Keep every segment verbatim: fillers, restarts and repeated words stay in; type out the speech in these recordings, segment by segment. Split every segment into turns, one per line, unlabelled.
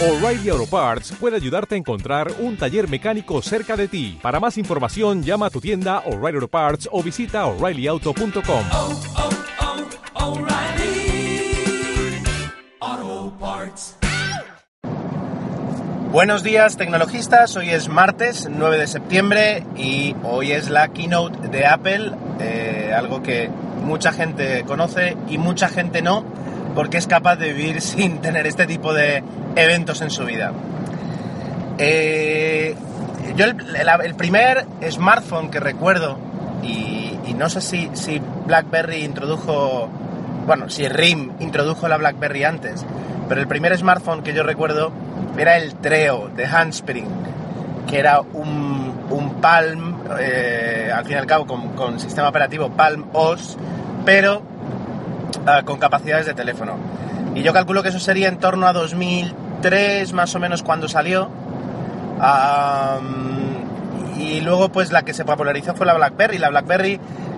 O'Reilly Auto Parts puede ayudarte a encontrar un taller mecánico cerca de ti. Para más información, llama a tu tienda O'Reilly Auto Parts o visita O'Reilly Auto punto com.
Oh, oh, oh, O'Reilly Auto Parts.
Buenos días, tecnologistas. Hoy es martes nueve de septiembre y hoy es la keynote de Apple, eh, algo que mucha gente conoce y mucha gente no, porque es capaz de vivir sin tener este tipo de eventos en su vida. Eh, yo el, el, el primer smartphone que recuerdo, y, y no sé si, si BlackBerry introdujo, bueno, si R I M introdujo la BlackBerry antes, pero el primer smartphone que yo recuerdo era el Treo de Handspring, que era un, un Palm, eh, al fin y al cabo con, con sistema operativo Palm O S, pero uh, con capacidades de teléfono. Y yo calculo que eso sería en torno a dos mil tres, más o menos, cuando salió. Um, y luego, pues, la que se popularizó fue la BlackBerry. La BlackBerry,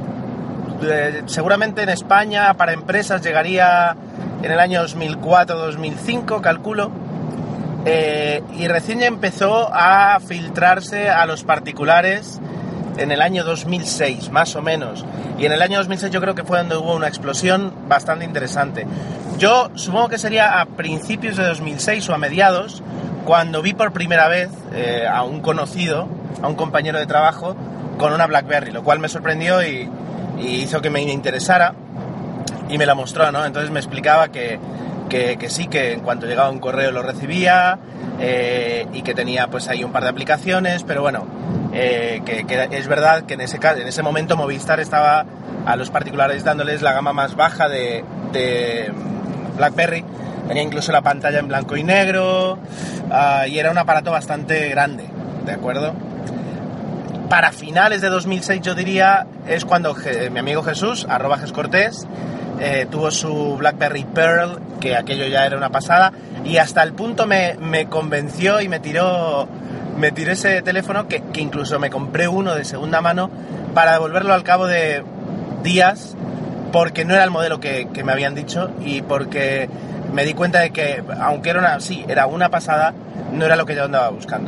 eh, seguramente en España, para empresas, llegaría en el año dos mil cuatro dos mil cinco, calculo. Eh, y recién empezó a filtrarse a los particulares en el año dos mil seis, más o menos. Y en el año dos mil seis yo creo que fue donde hubo una explosión bastante interesante. Yo supongo que sería a principios de dos mil seis o a mediados, cuando vi por primera vez eh, a un conocido, a un compañero de trabajo, con una BlackBerry, lo cual me sorprendió y, y hizo que me interesara y me la mostró, ¿no? Entonces me explicaba que Que, que sí, que en cuanto llegaba un correo lo recibía, eh, y que tenía pues ahí un par de aplicaciones, pero bueno, eh, que, que es verdad que en ese, en ese momento Movistar estaba a los particulares dándoles la gama más baja de, de BlackBerry. Tenía incluso la pantalla en blanco y negro, uh, y era un aparato bastante grande, ¿de acuerdo? Para finales de dos mil seis, yo diría, es cuando je, mi amigo Jesús, arroba Jescortés, Eh, tuvo su BlackBerry Pearl, que aquello ya era una pasada, y hasta el punto me, me convenció y me tiró me tiró ese teléfono que, que incluso me compré uno de segunda mano para devolverlo al cabo de días, porque no era el modelo que, que me habían dicho y porque me di cuenta de que, aunque era una, sí, era una pasada, no era lo que yo andaba buscando.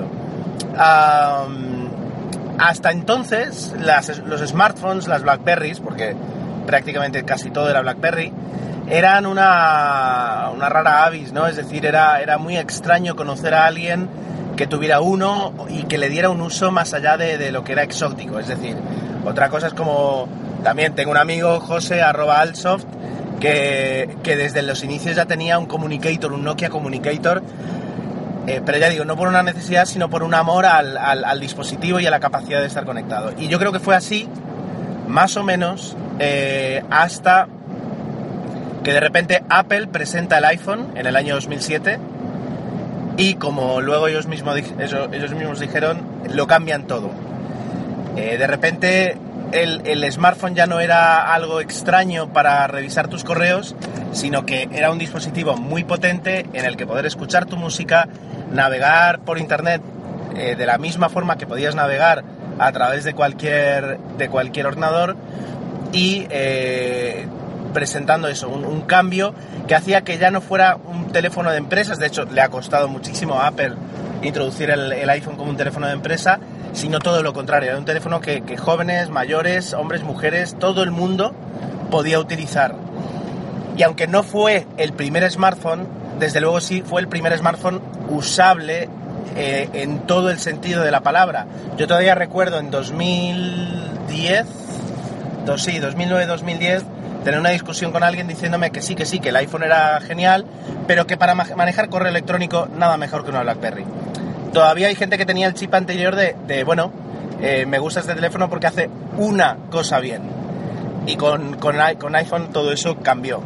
Um, hasta entonces las, los smartphones, las BlackBerrys, porque prácticamente casi todo era BlackBerry, eran una, una rara avis, ¿no? Es decir, era, era muy extraño conocer a alguien que tuviera uno y que le diera un uso más allá de, de lo que era exótico. Es decir, otra cosa es como, también tengo un amigo, José, arroba Alsoft, que, que desde los inicios ya tenía un Communicator, un Nokia Communicator, eh, pero ya digo, no por una necesidad, sino por un amor al, al, al dispositivo y a la capacidad de estar conectado. Y yo creo que fue así, más o menos, Eh, hasta que de repente Apple presenta el iPhone en el año dos mil siete y, como luego ellos mismos, ellos, ellos mismos dijeron, lo cambian todo. Eh, de repente el, el smartphone ya no era algo extraño para revisar tus correos, sino que era un dispositivo muy potente en el que poder escuchar tu música, navegar por internet eh, de la misma forma que podías navegar a través de cualquier, de cualquier ordenador, y eh, presentando eso, un, un cambio que hacía que ya no fuera un teléfono de empresas. De hecho, le ha costado muchísimo a Apple introducir el, el iPhone como un teléfono de empresa, sino todo lo contrario, era un teléfono que, que jóvenes, mayores, hombres, mujeres, todo el mundo podía utilizar. Y aunque no fue el primer smartphone, desde luego sí fue el primer smartphone usable eh, en todo el sentido de la palabra. Yo todavía recuerdo en dos mil diez, Dos, sí, dos mil nueve dos mil diez, tener una discusión con alguien diciéndome que sí, que sí, que el iPhone era genial, pero que para manejar correo electrónico nada mejor que una BlackBerry. Todavía hay gente que tenía el chip anterior de, de bueno, eh, me gusta este teléfono porque hace una cosa bien. Y con, con, con iPhone todo eso cambió.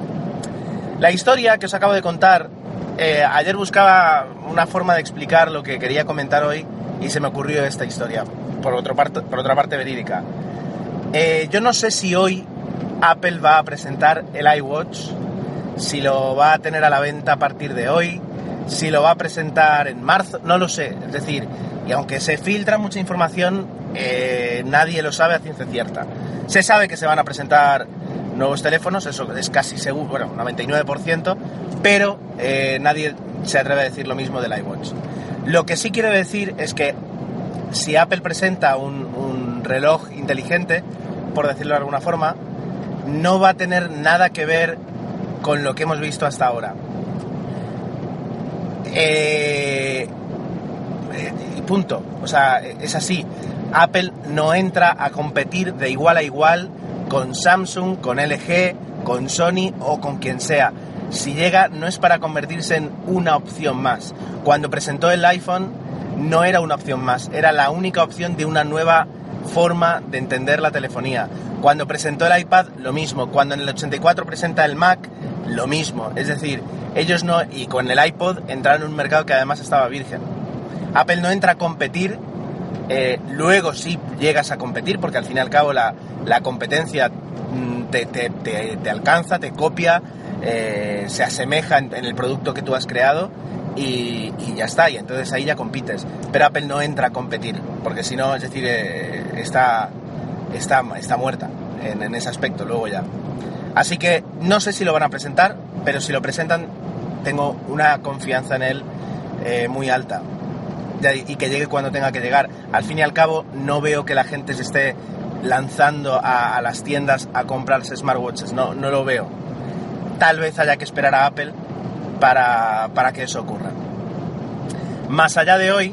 La historia que os acabo de contar, eh, ayer buscaba una forma de explicar lo que quería comentar hoy y se me ocurrió esta historia, por, otro parte, por otra parte verídica. Eh, yo no sé si hoy Apple va a presentar el iWatch, si lo va a tener a la venta a partir de hoy, si lo va a presentar en marzo, no lo sé. Es decir, y aunque se filtra mucha información, eh, nadie lo sabe a ciencia cierta. Se sabe que se van a presentar nuevos teléfonos, eso es casi seguro, bueno, noventa y nueve por ciento, pero eh, nadie se atreve a decir lo mismo del iWatch. Lo que sí quiero decir es que si Apple presenta un, un reloj inteligente, por decirlo de alguna forma, no va a tener nada que ver con lo que hemos visto hasta ahora. Eh, y punto. O sea, es así. Apple no entra a competir de igual a igual con Samsung, con L G, con Sony o con quien sea. Si llega, no es para convertirse en una opción más. Cuando presentó el iPhone, no era una opción más, era la única opción de una nueva forma de entender la telefonía. Cuando presentó el iPad, lo mismo. Cuando en el ochenta y cuatro presenta el Mac, lo mismo. Es decir, ellos no... Y con el iPod entraron en un mercado que además estaba virgen. Apple no entra a competir, eh, luego sí llegas a competir, porque al fin y al cabo la, la competencia te, te, te, te alcanza, te copia, eh, se asemeja en, en el producto que tú has creado y, y ya está, y entonces ahí ya compites. Pero Apple no entra a competir, porque si no, es decir, eh, está, está, está muerta en, en ese aspecto luego ya. Así que no sé si lo van a presentar, pero si lo presentan tengo una confianza en él eh, muy alta. Y que llegue cuando tenga que llegar. Al fin y al cabo, no veo que la gente se esté lanzando a, a las tiendas a comprarse smartwatches. No, no lo veo. Tal vez haya que esperar a Apple para, para que eso ocurra. Más allá de hoy,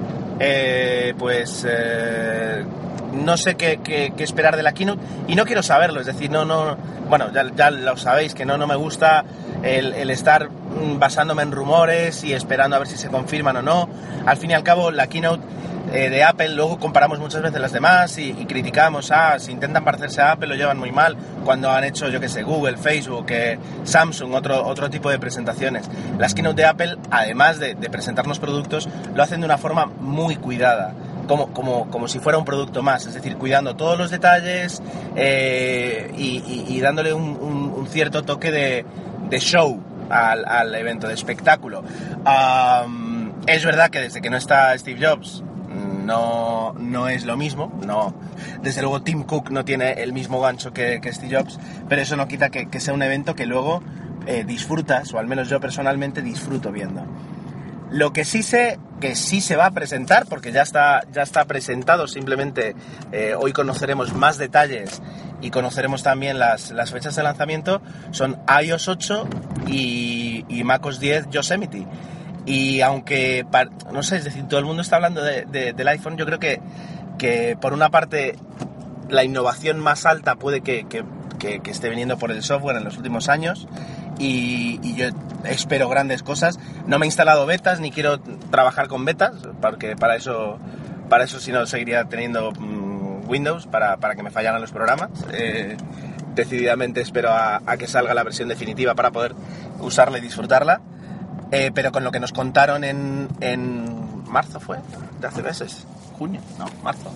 eh, pues eh, no sé qué, qué, qué esperar de la keynote y no quiero saberlo. Es decir, no, no, bueno, ya, ya lo sabéis que no, no me gusta el, el estar basándome en rumores y esperando a ver si se confirman o no. Al fin y al cabo, la keynote eh, de Apple, luego comparamos muchas veces las demás y, y criticamos, ah, si intentan parecerse a Apple lo llevan muy mal, cuando han hecho, yo que sé, Google, Facebook, eh, Samsung, otro, otro tipo de presentaciones. Las keynote de Apple, además de, de presentarnos productos, lo hacen de una forma muy cuidada. Como, como, como si fuera un producto más, es decir, cuidando todos los detalles eh, y, y, y dándole un, un, un cierto toque de, de show al, al evento, de espectáculo. Um, es verdad que desde que no está Steve Jobs no, no es lo mismo, no, desde luego Tim Cook no tiene el mismo gancho que, que Steve Jobs, pero eso no quita que, que sea un evento que luego eh, disfrutas, o al menos yo personalmente disfruto viendo. Lo que sí sé que sí se va a presentar, porque ya está, ya está presentado, simplemente eh, hoy conoceremos más detalles y conoceremos también las, las fechas de lanzamiento, son iOS ocho y, y macOS diez Yosemite. Y aunque, no sé, es decir, todo el mundo está hablando de, de, del iPhone, yo creo que, que por una parte la innovación más alta puede que, que, que, que esté viniendo por el software en los últimos años. Y, y yo espero grandes cosas. No me he instalado betas ni quiero trabajar con betas, porque para eso, para eso si no seguiría teniendo mmm, Windows para, para que me fallaran los programas. Eh, decididamente espero a, a que salga la versión definitiva para poder usarla y disfrutarla. Eh, pero con lo que nos contaron en, en marzo fue, de hace meses, junio, no, marzo.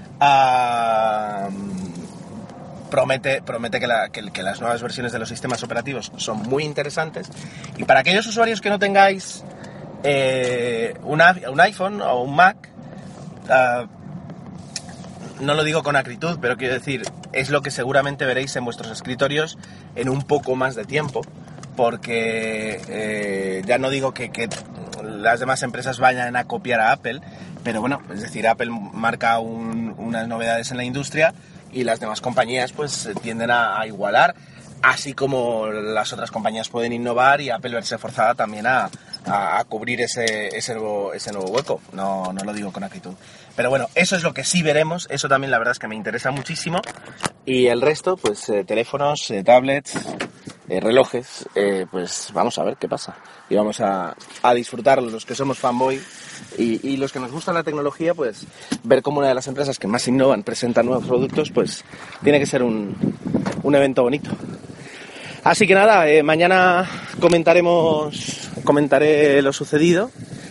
Uh, Promete, promete que, la, que, que las nuevas versiones de los sistemas operativos son muy interesantes. Y para aquellos usuarios que no tengáis eh, una, un iPhone o un Mac, uh, no lo digo con acritud, pero quiero decir, es lo que seguramente veréis en vuestros escritorios en un poco más de tiempo, porque eh, ya no digo que, que las demás empresas vayan a copiar a Apple, pero bueno, es decir, Apple marca un, unas novedades en la industria y las demás compañías pues tienden a, a igualar, así como las otras compañías pueden innovar y Apple verse forzada también a, a, a cubrir ese, ese, nuevo, ese nuevo hueco. No, no lo digo con actitud. Pero bueno, eso es lo que sí veremos, eso también la verdad es que me interesa muchísimo. Y el resto, pues eh, teléfonos, eh, tablets, eh, relojes, eh, pues vamos a ver qué pasa. Y vamos a, a disfrutarlo, los que somos fanboy y, y los que nos gusta la tecnología, pues ver cómo una de las empresas que más innovan presenta nuevos productos, pues tiene que ser un, un evento bonito. Así que nada, eh, mañana comentaremos, comentaré lo sucedido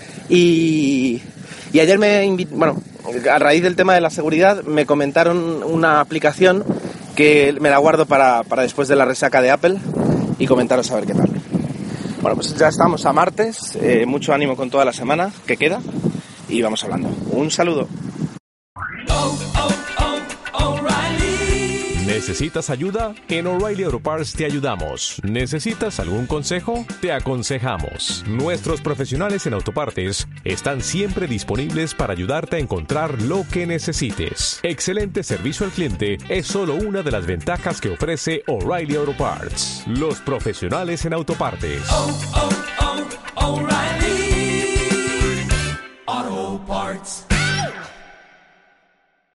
y, y ayer me invité, bueno, a raíz del tema de la seguridad me comentaron una aplicación que me la guardo para, para después de la resaca de Apple y comentaros a ver qué tal. Bueno, pues ya estamos a martes, eh, mucho ánimo con toda la semana que queda y vamos hablando. Un saludo.
Oh, oh, oh, O'Reilly.
¿Necesitas ayuda? En O'Reilly Auto Parts te ayudamos. ¿Necesitas algún consejo? Te aconsejamos. Nuestros profesionales en autopartes están siempre disponibles para ayudarte a encontrar lo que necesites. Excelente servicio al cliente es solo una de las ventajas que ofrece O'Reilly Auto Parts. Los profesionales en autopartes.
oh, oh, oh, O'Reilly